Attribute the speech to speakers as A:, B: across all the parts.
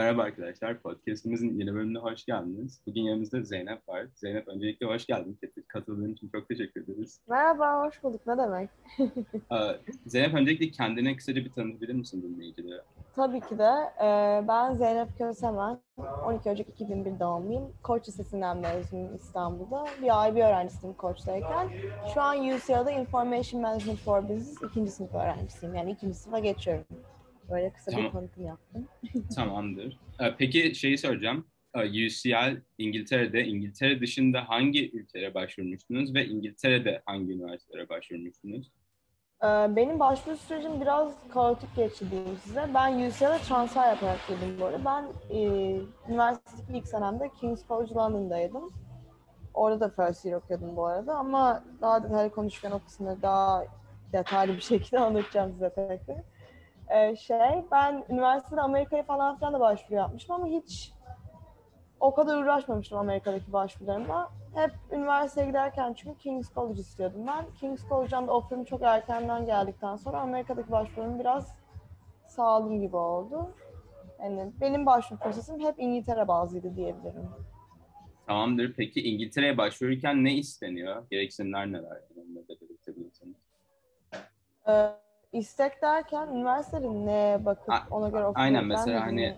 A: Merhaba arkadaşlar, podcastimizin yeni bölümüne hoş geldiniz. Bugün yanımızda Zeynep var. Zeynep, öncelikle hoş geldin. Katıldığın için çok teşekkür ederiz.
B: Merhaba, hoş bulduk. Ne demek?
A: Zeynep, öncelikle kendine kısaca bir tanıtabilir misin dinleyicilere?
B: Tabii ki de. Ben Zeynep Kösemen. 12 Ocak 2001 doğumluyum. Koç Lisesi'nden mezunum İstanbul'da. Bir IB öğrencisiyim Koç'tayken. Şu an UCLA'da Information Management for Business 2. sınıf öğrencisiyim. Yani 2. sınıfa geçiyorum. Böyle kısa bir
A: Tamam,
B: tanıtım yaptım.
A: tamamdır. Peki şeyi soracağım. UCL İngiltere'de, İngiltere dışında hangi ülkelere başvurmuştunuz ve İngiltere'de hangi üniversitelere başvurmuştunuz?
B: Benim başvuru sürecim biraz kaotik geçti diyeyim size. Ben UCLA'da transfer yaparak girdim bu arada. Ben üniversitedeki ilk senemde King's College London'daydım. Orada da first year okuyordum bu arada ama daha detaylı konuşurken o kısımları daha detaylı bir şekilde anlatacağım size tek tek. Ben üniversitede Amerika'ya falan filan da başvuru yapmıştım ama hiç o kadar uğraşmamıştım Amerika'daki başvurularımla. Hep üniversiteye giderken çünkü King's College istiyordum ben. King's College'dan da offer'ım çok erkenden geldikten sonra Amerika'daki başvurumu biraz sağladım gibi oldu. Yani benim başvuru prosesim hep İngiltere bazlıydı diyebilirim.
A: Tamamdır. Peki İngiltere'ye başvururken ne isteniyor? Gereksinimler neler? Yani onları da belirtebilirsiniz.
B: Ee, istek derken üniversitede neye bakıp
A: A-
B: ona göre offer
A: aynen,
B: verip
A: mesela
B: vermediğini.
A: hani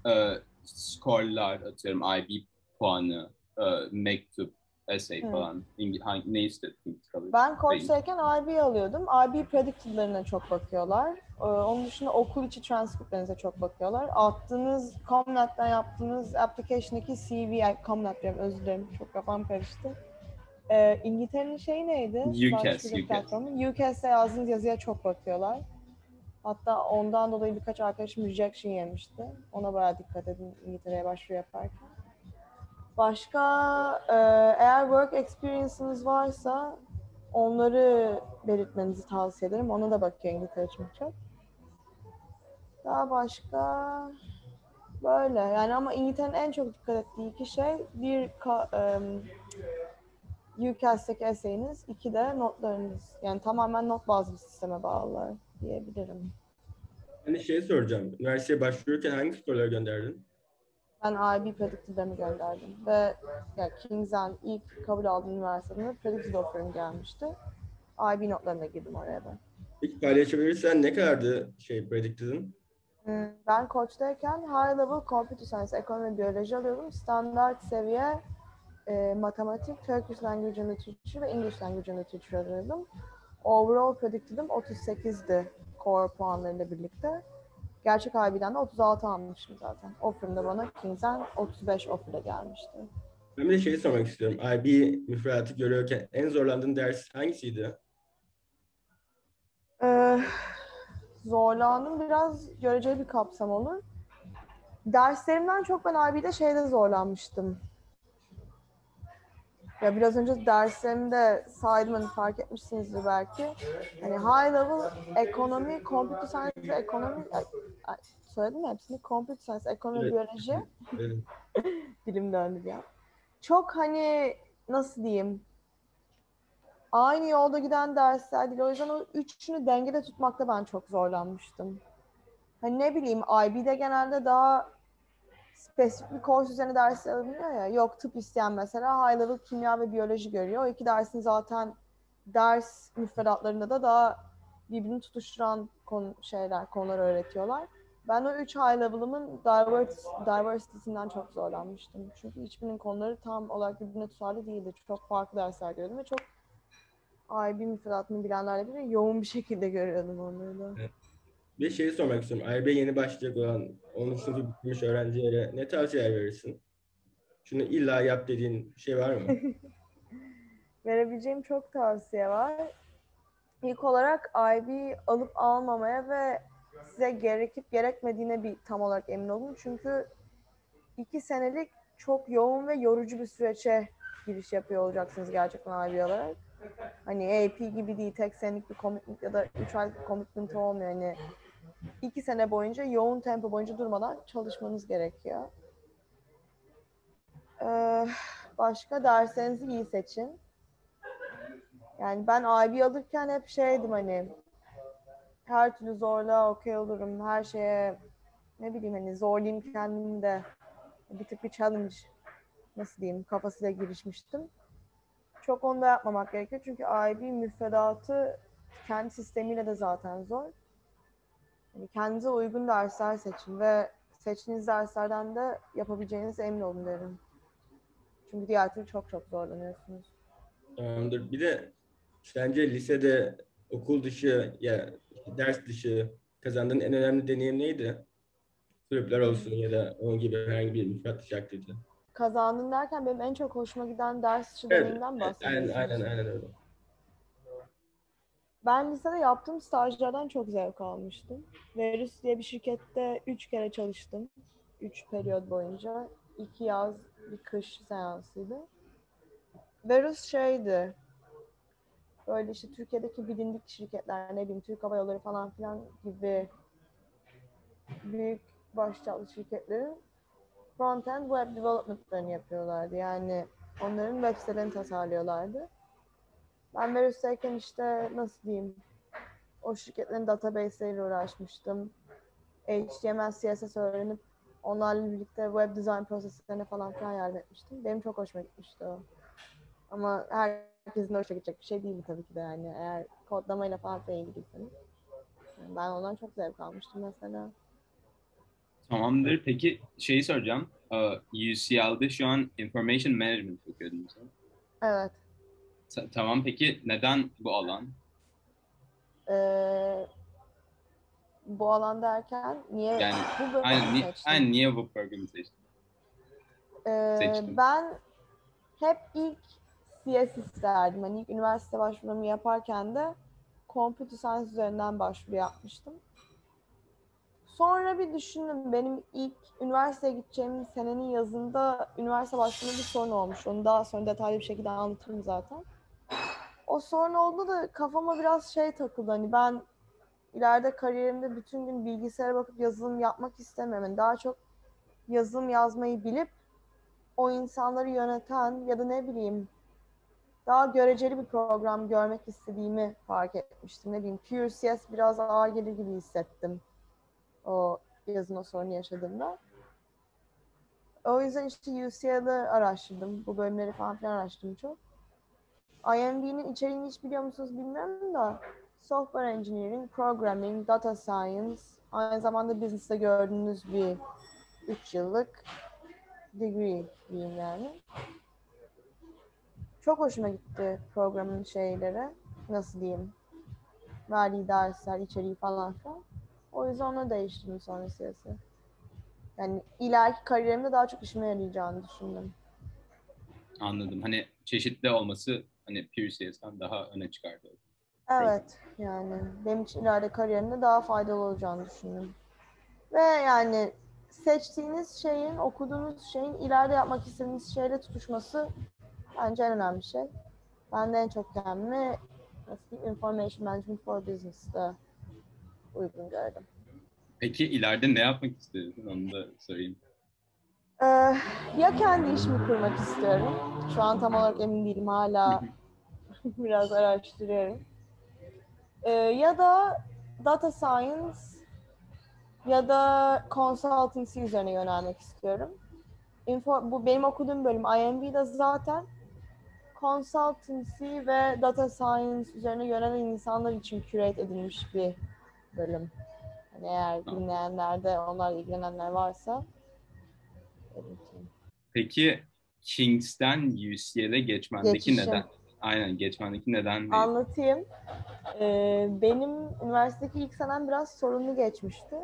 A: skorlar atıyorum, IB puanı, mektup, essay
B: Hı.
A: falan. Ne istediniz kalır?
B: Ben
A: Değil.
B: Koç'tayken IB alıyordum. IB predicted'larına çok bakıyorlar. Onun dışında okul içi transkriptlerinize çok bakıyorlar. Attığınız, Comnet'ten yaptığınız application'daki CV, ay, Comnet diyorum, özür dilerim. Çok kafam karıştı. İngiltere'nin şeyi neydi?
A: UCAS,
B: Başvuru
A: UCAS.
B: platformu. UCAS'te yazdığınız yazıya çok bakıyorlar. Hatta ondan dolayı birkaç arkadaşım rejection yemişti. Ona bayağı dikkat edin İngiltere'ye başvuru yaparken. Başka eğer work experience'ınız varsa onları belirtmenizi tavsiye ederim. Ona da bakıyor İngiltere çünkü çok. Daha başka böyle yani ama İngiltere'nin en çok dikkat ettiği iki şey bir UCAS'teki essay'iniz, iki de notlarınız. Yani tamamen not bazlı bir sisteme bağlılar diyebilirim.
C: Hani şey soracağım. Üniversiteye başvururken hangi skorları gönderdin?
B: Ben IB Predicted'larımı gönderdim ve yani Kings'den ilk kabul aldığım üniversitede Predicted offer'ım gelmişti. IB notlarına girdim oraya da.
C: Peki paylaşabilirsen ne kadardı Predicted'ın?
B: Ben Koç'tayken High Level Computer Science, Ekonomi, Biyoloji alıyordum. Standart seviye matematik, Turkish Language and Literature ve English Language and Literature alıyordum. Overall Predicted'ım 38'di core puanlarıyla birlikte. Gerçek IB'den de 36 almışım zaten. Offer'ım da bana Kings'den 35 offer'la gelmişti.
C: Ben bir de şeyi sormak istiyorum. IB müfredatı görüyorken en zorlandığın ders hangisiydi?
B: Ee, zorlandım. Biraz göreceli bir kapsam olur. Derslerimden çok ben IB'de şeyde zorlanmıştım. Ya biraz önce derslerimde saydım, hani fark etmişsinizdir belki. Hani high level ekonomi, computer science ve ekonomi, söyledim mi hepsini? Computer science, ekonomi,
C: Evet.
B: biyoloji,
C: Evet.
B: dilim döndü ya. Çok hani nasıl diyeyim, aynı yolda giden dersler değil. O yüzden o üçünü dengede tutmakta ben çok zorlanmıştım. Hani ne bileyim IB'de genelde daha spesifik bir course üzerine dersler alınıyor ya. Yok tıp isteyen mesela high level kimya ve biyoloji görüyor. O iki dersin zaten ders müfredatlarında da daha birbirini tutuşturan konular öğretiyorlar. Ben o üç high level'ımın diversity'sinden çok zorlanmıştım. Çünkü hiçbirinin konuları tam olarak birbirine tutarlı değildi. Çok farklı dersler görüyordum ve çok IB müfredatını bilenlerle bile yoğun bir şekilde görüyordum onları da.
C: Evet. Bir şeyi sormak istiyorum. IB yeni başlayacak olan 10. sınıfı bitirmiş öğrencilere ne tavsiyeler verirsin? Şunu illa yap dediğin bir şey var mı?
B: Verebileceğim çok tavsiye var. İlk olarak IB alıp almamaya ve size gerekip gerekmediğine bir tam olarak emin olun. Çünkü 2 senelik çok yoğun ve yorucu bir süreçe giriş yapıyor olacaksınız gerçekten IB olarak. Hani AP gibi değil, tek senelik bir commitment ya da 3 aylık bir commitment olmuyor. Hani 2 sene boyunca yoğun tempo boyunca durmadan çalışmanız gerekiyor. Ee, başka derslerinizi iyi seçin. Yani ben IB alırken hep şeydim hani her türlü zorluğa okey olurum, her şeye ne bileyim hani zorlayayım kendimi de bir tık bir challenge nasıl diyeyim kafasıyla girişmiştim. Çok onu da yapmamak gerekiyor çünkü IB müfredatı kendi sistemiyle de zaten zor. Yani kendinize uygun dersler seçin ve seçtiğiniz derslerden de yapabileceğiniz emin olun derim. Çünkü diğer türlü çok çok zorlanıyorsunuz.
C: Tamamdır. Bir de sence lisede okul dışı ya ders dışı kazandığın en önemli deneyim neydi? Kulüpler olsun ya da onun gibi herhangi bir müfredat dışı aktivite.
B: Kazandım derken benim en çok hoşuma giden ders dışı
C: Evet,
B: deneyimden
C: aynen,
B: bahsediyorsunuz.
C: aynen öyle.
B: Ben lisede yaptığım stajlardan çok zevk almıştım. Verus diye bir şirkette 3 kere çalıştım. 3 periyot boyunca. 2 yaz, bir kış seansıydı. Verus şeydi, böyle işte Türkiye'deki bilindik şirketler, ne bileyim Türk Hava Yolları falan filan gibi büyük başlıklı şirketlerin front-end web development'larını yapıyorlardı. Yani onların web sitelerini tasarlıyorlardı. Ben Verus'tayken işte nasıl diyeyim, o şirketlerin database'leriyle uğraşmıştım. HTML, CSS öğrenip onlarla birlikte web design proseslerine falan filan yardım etmiştim. Benim çok hoşuma gitmişti o. Ama herkesin de hoşuna gidecek bir şey değil tabii ki de yani. Eğer kodlamayla falan filan ilgiliyseniz. Yani ben ondan çok zevk almıştım mesela.
A: Tamamdır. Peki şeyi soracağım. UCL'de şu an Information Management okuyordunuz.
B: Evet.
A: Tamam, peki neden bu alan?
B: Ee, bu alan derken niye
A: Yani
B: bu bölümü seçtim?
A: niye bu programı seçtin?
B: Ben hep ilk CS isterdim. Hani ilk üniversite başvurumu yaparken de Computer Science üzerinden başvuru yapmıştım. Sonra bir düşündüm. Benim ilk üniversiteye gideceğim senenin yazında üniversite başvurumda bir sorun olmuş. Onu daha sonra detaylı bir şekilde anlatırım zaten. O sorun oldu da kafama biraz şey takıldı. Hani ben ileride kariyerimde bütün gün bilgisayara bakıp yazılım yapmak istemiyorum. Yani daha çok yazılım yazmayı bilip o insanları yöneten ya da ne bileyim daha göreceli bir program görmek istediğimi fark etmiştim. Ne bileyim Pure CS biraz ağır gelir gibi hissettim o yazılma sorunu yaşadığımda. O yüzden işte UCL'ı araştırdım. Bu bölümleri falan filan araştırdım çok. IMB'nin içeriğini hiç biliyor musunuz bilmiyorum da Software Engineering, Programming, Data Science, aynı zamanda business'te gördüğünüz bir 3 yıllık degree diyeyim yani. Çok hoşuma gitti programın şeyleri. Nasıl diyeyim? Verdiği dersler, içeriği falan filan. O yüzden onu değiştirdim sonra siyasi. Yani ileriki kariyerimde daha çok işime yarayacağını düşündüm.
A: Anladım. Hani çeşitli olması hani Pure CS'den daha öne çıkardı program.
B: Evet, yani benim için ileride kariyerimde daha faydalı olacağını düşündüm. Ve yani seçtiğiniz şeyin, okuduğunuz şeyin ileride yapmak istediğiniz şeyle tutuşması bence en önemli şey. Ben de en çok kendimi nasıl diyeyim, Information Management for Business'ta uygun gördüm.
A: Peki ileride ne yapmak istiyorsun? Onu da sorayım.
B: Ee, ya kendi işimi kurmak istiyorum. Şu an tam olarak emin değilim. Hala biraz araştırıyorum. Ya da data science ya da consultancy üzerine yönelmek istiyorum. Bu benim okuduğum bölüm IMB'de zaten consultancy ve data science üzerine yönelen insanlar için curate edilmiş bir bölüm. Yani eğer
A: Tamam.
B: dinleyenler de onlarla ilgilenenler varsa belirteyim.
A: Peki Kings'ten UCL'e geçmendeki
B: Geçişim.
A: neden? Aynen, geçmendeki neden neydi?
B: Anlatayım. Benim üniversitedeki ilk senem biraz sorunlu geçmişti.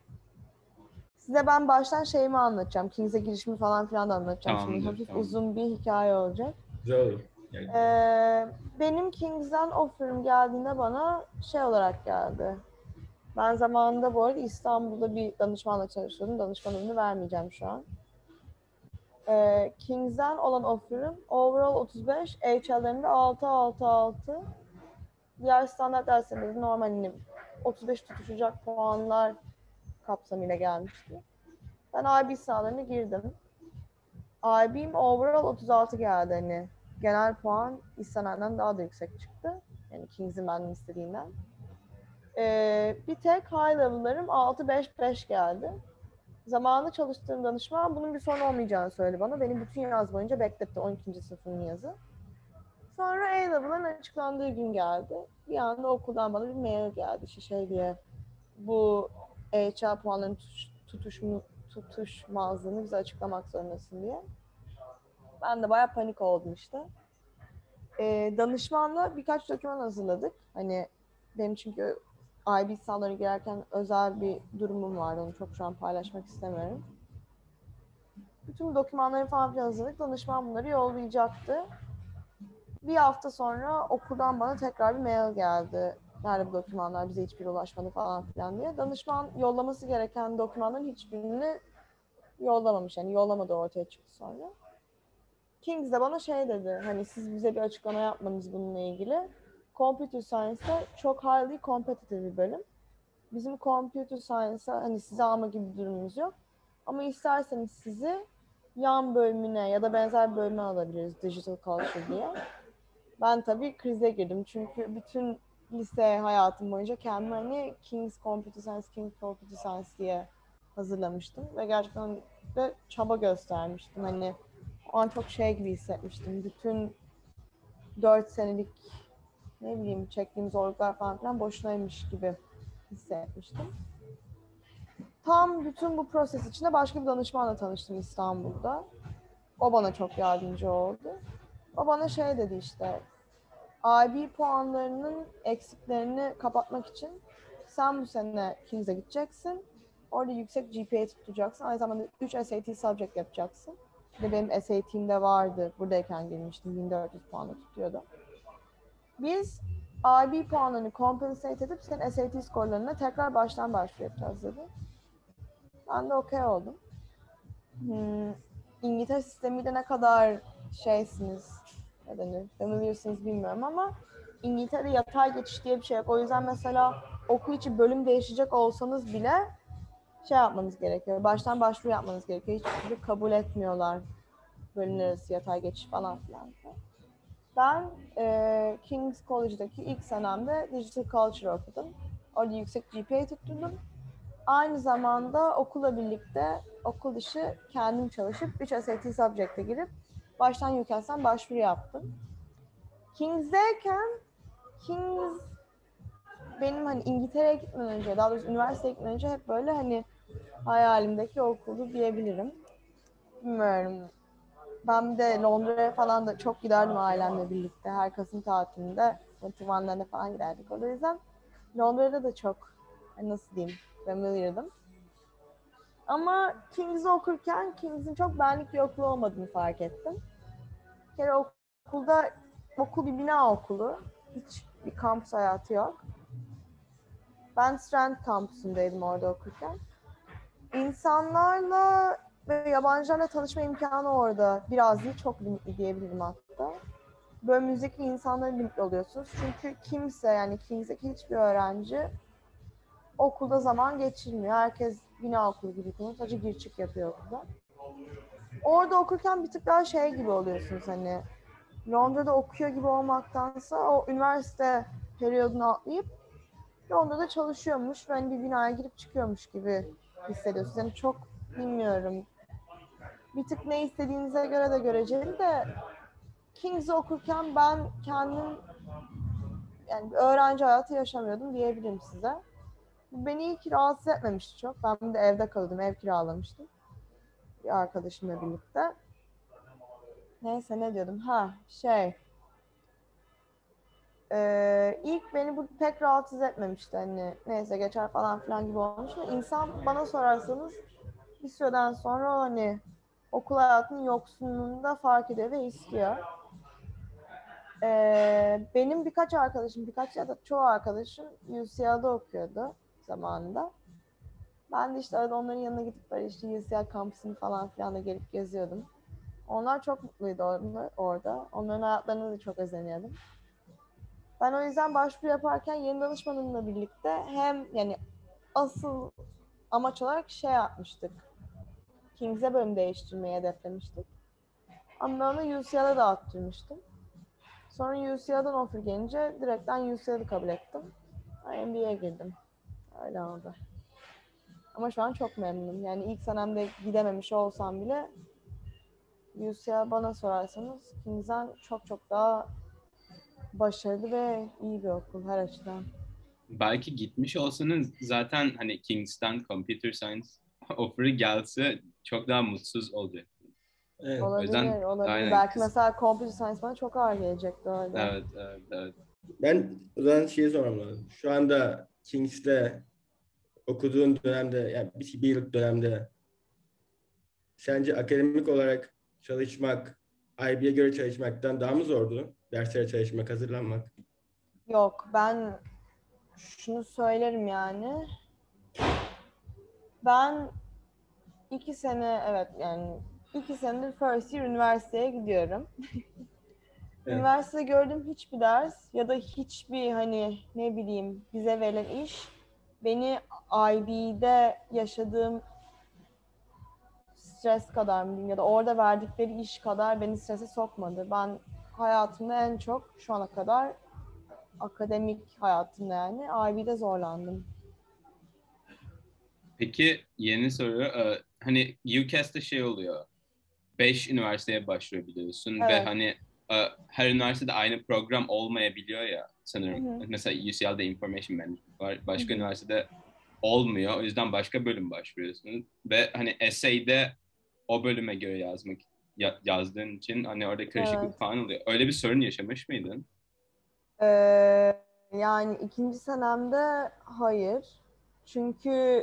B: Size ben baştan şeyimi anlatacağım. Kings'e girişimi falan filan da anlatacağım. Şimdi
A: Tamamdır,
B: hafif
A: tamamdır.
B: uzun bir hikaye olacak.
C: Güzel olur. Yani,
B: Benim Kings'den offer'ım geldiğinde bana şey olarak geldi. Ben zamanında bu arada İstanbul'da bir danışmanla çalışıyordum. Danışmanlığını vermeyeceğim şu an. Kings'den olan offer'ım overall 35, HL'lerinde 6. Diğer standart derslerimizde normalinde 35 tutuşacak puanlar kapsamıyla gelmişti. Ben IB sınavlarına girdim. IB'm overall 36 geldi hani. Genel puan istenenden daha da yüksek çıktı. Yani Kings'in benden istediğinden. Bir tek high level'larım 6-5-5 geldi. zamanında çalıştığım danışman bunun bir sorun olmayacağını söyledi bana. Beni bütün yaz boyunca bekletti, 12. sınıfın yazı. Sonra A-Level'ın açıklandığı gün geldi. Bir anda okuldan bana bir mail geldi işte şey diye. Bu HR puanlarının tutuşmazlığını bize açıklamak zorundasın diye. Ben de bayağı panik oldum işte. Danışmanla birkaç doküman hazırladık. Hani benim çünkü IB sınavlarına girerken özel bir durumum vardı. Onu çok şu an paylaşmak istemiyorum. Bütün dokümanları falan filan hazırladık. Danışman bunları yollayacaktı. Bir hafta sonra okuldan bana tekrar bir mail geldi. Nerede bu dokümanlar, bize hiçbir ulaşmadı falan filan diye. Danışman yollaması gereken dokümanların hiçbirini yollamamış. Yani yollamadı, ortaya çıktı sonra. Kings de bana şey dedi, hani siz bize bir açıklama yapmanız bununla ilgili. Computer Science'da çok highly competitive bir bölüm. Bizim Computer Science'a hani size alma gibi bir durumumuz yok. Ama isterseniz sizi yan bölümüne ya da benzer bir bölüme alabiliriz, Digital Culture diye. Ben tabii krize girdim çünkü bütün lise hayatım boyunca kendimi hani King's Computer Science, King's Computer Science diye hazırlamıştım ve gerçekten de çaba göstermiştim. Hani o an çok şey gibi hissetmiştim. Bütün 4 senelik ne bileyim çektiğim zorluklar falan filan boşunaymış gibi hissetmiştim. Tam bütün bu proses içinde başka bir danışmanla tanıştım İstanbul'da. O bana çok yardımcı oldu. O bana şey dedi işte, IB puanlarının eksiklerini kapatmak için sen bu sene Kings'e gideceksin. Orada yüksek GPA tutacaksın. Aynı zamanda 3 SAT subject yapacaksın. Bir de benim SAT'imde vardı. Buradayken girmiştim. 1400 puanla tutuyordu. Biz IB puanlarını compensate edip senin SAT skorlarına tekrar baştan başvuru yapacağız dedi. Ben de okey oldum. İngiltere sistemiyle ne kadar şeysiniz, ne denir, familiarsınız bilmiyorum ama İngiltere'de yatay geçiş diye bir şey yok. O yüzden mesela okul içi bölüm değişecek olsanız bile şey yapmanız gerekiyor. Baştan başvuru yapmanız gerekiyor. Hiçbir türlü kabul etmiyorlar bölümler arası yatay geçiş falan filan. Ben King's College'daki ilk senemde Digital Culture okudum. Orada yüksek GPA tutturdum. Aynı zamanda okulla birlikte okul dışı kendim çalışıp 3 SAT subject'e girip baştan UCAS'tan başvuru yaptım. Kings'deyken Kings benim hani İngiltere'ye gitmeden önce, daha doğrusu üniversiteye gitmeden önce hep böyle hani hayalimdeki okuldu diyebilirim. Bilmiyorum. Ben de Londra'ya falan da çok giderdim ailemle birlikte. Her Kasım tatilinde Wonderland'e falan giderdik. O yüzden Londra'da da çok nasıl diyeyim familiar'dım. Ama Kings'i okurken Kings'in çok benlik bir okul olmadığını fark ettim. Bir kere okulda, okul bir bina okulu. Hiç bir kampüs hayatı yok. Ben Strand kampüsündeydim orada okurken. İnsanlarla ve yabancılarla tanışma imkanı orada biraz değil, çok limitli diyebilirim hatta. Böyle müzikli insanlarla limitli oluyorsunuz. Çünkü kimse, yani Kings'deki hiçbir öğrenci okulda zaman geçirmiyor. Herkes bina okulu gibi kullanıyor. Sadece gir çık yapıyor okulda. Orada okurken bir tık daha şey gibi oluyorsunuz hani Londra'da okuyor gibi olmaktansa o üniversite periyodunu atlayıp Londra'da çalışıyormuş ve hani bir binaya girip çıkıyormuş gibi hissediyorsunuz. Yani çok bilmiyorum. Bir tık ne istediğinize göre de göreceli de Kings'i okurken ben kendim yani bir öğrenci hayatı yaşamıyordum diyebilirim size. Bu beni hiç rahatsız etmemişti çok. Ben de evde kalıyordum, ev kiralamıştım bir arkadaşımla birlikte. Neyse ne diyordum? İlk beni bu pek rahatsız etmemişti hani neyse geçer falan filan gibi olmuş ama insan bana sorarsanız bir süreden sonra hani okul hayatının yoksunluğunu da fark ediyor ve istiyor. Benim birkaç ya da çoğu arkadaşım UCL'da okuyordu zamanında. Ben de işte arada onların yanına gidip böyle işte UCL kampüsünü falan filan da gelip geziyordum. Onlar çok mutluydu orada. Onların hayatlarına da çok özeniyordum. Ben o yüzden başvuru yaparken yeni danışmanımla birlikte hem yani asıl amaç olarak şey yapmıştık. Kings'e bölüm değiştirmeyi hedeflemiştik. Ama ben onu UCL'a da attırmıştım. Sonra UCL'dan offer gelince direkten UCL'ı kabul ettim. MBA'ye girdim. Öyle oldu. Ama şu an çok memnunum. Yani ilk senemde gidememiş olsam bile UCL bana sorarsanız Kings'den çok çok daha başarılı ve iyi bir okul her açıdan.
A: Belki gitmiş olsanız zaten hani Kings'ten Computer Science offer'ı gelse çok daha mutsuz olacak.
C: Evet.
A: O yüzden
B: Olabilir.
A: aynen
B: Belki mesela Computer Science bana çok ağır gelecekti öyle.
A: evet, evet, evet.
C: Ben o zaman şeyi sormam lazım. Şu anda Kings'te okuduğun dönemde, yani bir yıllık dönemde sence akademik olarak çalışmak, IB'ye göre çalışmaktan daha mı zordu? Derslere çalışmak, hazırlanmak.
B: Yok, ben şunu söylerim yani. Ben 2 sene, evet yani 2 senedir first year üniversiteye gidiyorum.
C: Evet.
B: Üniversitede gördüğüm hiçbir ders ya da hiçbir hani ne bileyim bize verilen iş beni IB'de yaşadığım stres kadar mı diyeyim ya da orada verdikleri iş kadar beni strese sokmadı. Ben hayatımda en çok şu ana kadar akademik hayatımda yani IB'de zorlandım.
A: Peki yeni soru. Hani UCAS'te şey oluyor. 5 üniversiteye başvurabiliyorsun ve
B: Evet.
A: hani her üniversitede aynı program olmayabiliyor ya
B: Hı
A: sanırım.
B: hı.
A: Mesela UCL'de Information Management var.
B: Hı
A: Başka
B: hı.
A: üniversitede olmuyor. O yüzden başka bölüm başvuruyorsunuz. Ve hani essay'de o bölüme göre yazdığın için hani orada
B: Evet.
A: karışıklık falan oluyor. Öyle bir sorun yaşamış mıydın?
B: Yani ikinci senemde hayır. Çünkü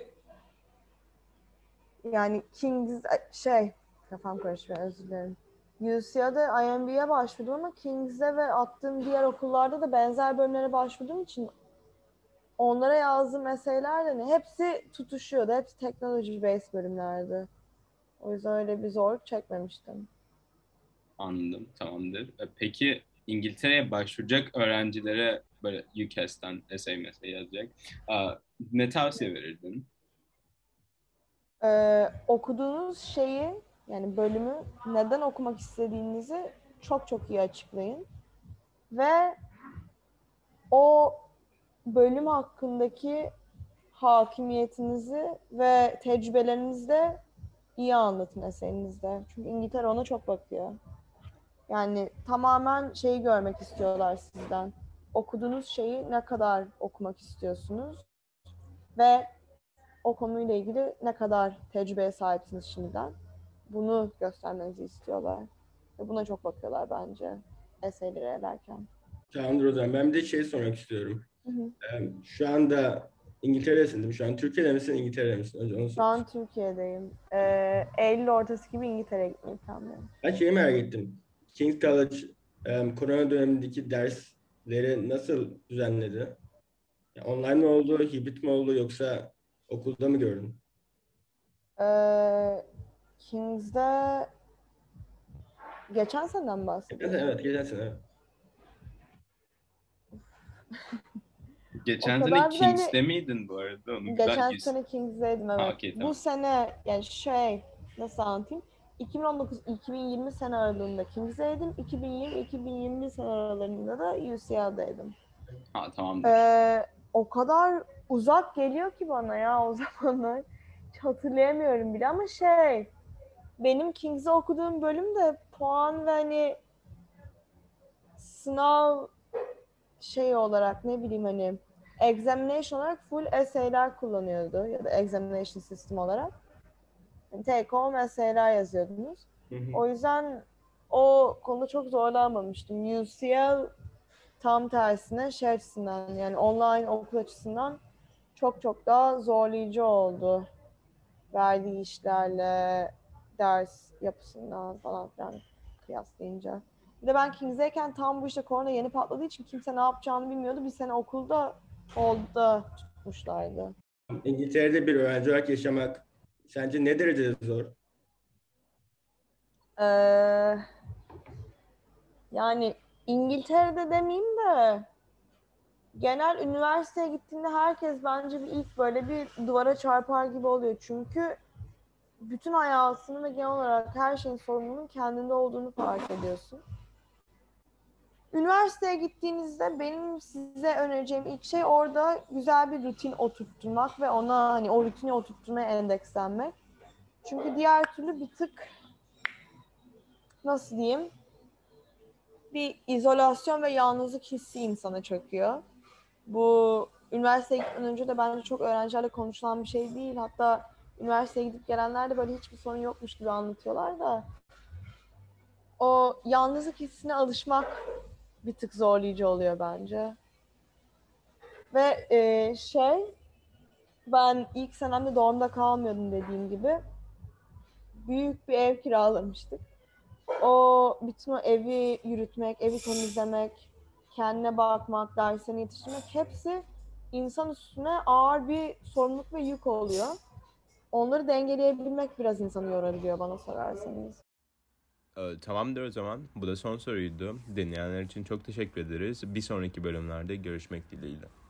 B: yani Kings kafam karıştı özür dilerim. UCLA'da IMB'ye başvurdum ama Kings'de ve attığım diğer okullarda da benzer bölümlere başvurduğum için onlara yazdığım eseyler de hepsi tutuşuyordu. Hepsi teknoloji based bölümlerdi. O yüzden öyle bir zorluk çekmemiştim.
A: Anladım, tamamdır. Peki İngiltere'ye başvuracak öğrencilere böyle UCAS'ten essay mesaj yazacak. Ne tavsiye verirdin?
B: Okuduğunuz şeyi yani bölümü neden okumak istediğinizi çok çok iyi açıklayın. Ve o bölüm hakkındaki hakimiyetinizi ve tecrübelerinizi de iyi anlatın eserinize. Çünkü İngiltere ona çok bakıyor. Yani tamamen şeyi görmek istiyorlar sizden. Okuduğunuz şeyi ne kadar okumak istiyorsunuz ve o konuyla ilgili ne kadar tecrübeye sahipsiniz şimdiden. Bunu göstermenizi istiyorlar. Ve buna çok bakıyorlar bence eseyleri ederken.
C: Tamamdır o zaman. Ben bir de şey sormak istiyorum.
B: Hı hı.
C: Şu anda İngiltere'desin değil mi? Şu an Türkiye'de misin, İngiltere'de misin? Önce onu
B: Şu
C: sorayım.
B: an Türkiye'deyim. Eylül ortası gibi İngiltere'ye gitmeyi planlıyorum.
C: Ben şeyi merak ettim. King's College korona dönemindeki dersleri nasıl düzenledi? Yani online mi oldu, hibrit mi oldu yoksa okulda mı gördün?
B: Kings'de geçen seneden
C: Evet,
B: bahsediyorsun.
C: evet, geçen sene. Evet.
B: O
A: Geçen sene
B: kadar bir de hani
A: Kings'te miydin bu arada? Onu güzel
B: geçen
A: yüz.
B: sene Kings'deydim
A: Ha,
B: evet.
A: okey,
B: Bu
A: tamam.
B: sene yani nasıl anlatayım? 2019-2020 sene aralığında Kings'deydim. 2020-2021 sene aralarında da UCL'deydim.
A: Ha, tamamdır.
B: O kadar uzak geliyor ki bana ya o zamanlar. Hiç hatırlayamıyorum bile ama benim Kings'de okuduğum bölümde puan ve hani sınav olarak ne bileyim hani examination olarak full essay'ler kullanıyordu ya da examination system olarak. Yani take home essay'ler yazıyordunuz.
C: Hı hı.
B: O yüzden o konuda çok zorlanmamıştım. UCL tam tersine açısından yani online okul açısından çok çok daha zorlayıcı oldu. Verdiği işlerle ders yapısından falan filan kıyaslayınca. Bir de ben Kings'deyken tam bu işte korona yeni patladığı için kimse ne yapacağını bilmiyordu. Bir sene okulda oldu da tutmuşlardı.
C: İngiltere'de bir öğrenci olarak yaşamak sence ne derecede zor?
B: Ee, Yani İngiltere'de demeyeyim de genel üniversiteye gittiğinde herkes bence bir ilk böyle bir duvara çarpar gibi oluyor. Çünkü bütün hayatını ve genel olarak her şeyin sorumluluğunun kendinde olduğunu fark ediyorsun. Üniversiteye gittiğinizde benim size önereceğim ilk şey orada güzel bir rutin oturtturmak ve ona hani o rutini oturtturmaya endekslenmek. Çünkü diğer türlü bir tık nasıl diyeyim bir izolasyon ve yalnızlık hissi insana çöküyor. Bu üniversiteye gitmeden önce de bence çok öğrencilerle konuşulan bir şey değil. Hatta üniversiteye gidip gelenler de böyle hiçbir sorun yokmuş gibi anlatıyorlar da o yalnızlık hissine alışmak bir tık zorlayıcı oluyor bence. Ve ben ilk senemde dormda kalmıyordum dediğim gibi. Büyük bir ev kiralamıştık. Bütün o evi yürütmek, evi temizlemek, kendine bakmak, derslerine yetiştirmek hepsi insan üstüne ağır bir sorumluluk ve yük oluyor. Onları dengeleyebilmek biraz insanı yorabiliyor bana sorarsanız.
D: Tamamdır o zaman. Bu da son soruydu. Dinleyenler için çok teşekkür ederiz. Bir sonraki bölümlerde görüşmek dileğiyle.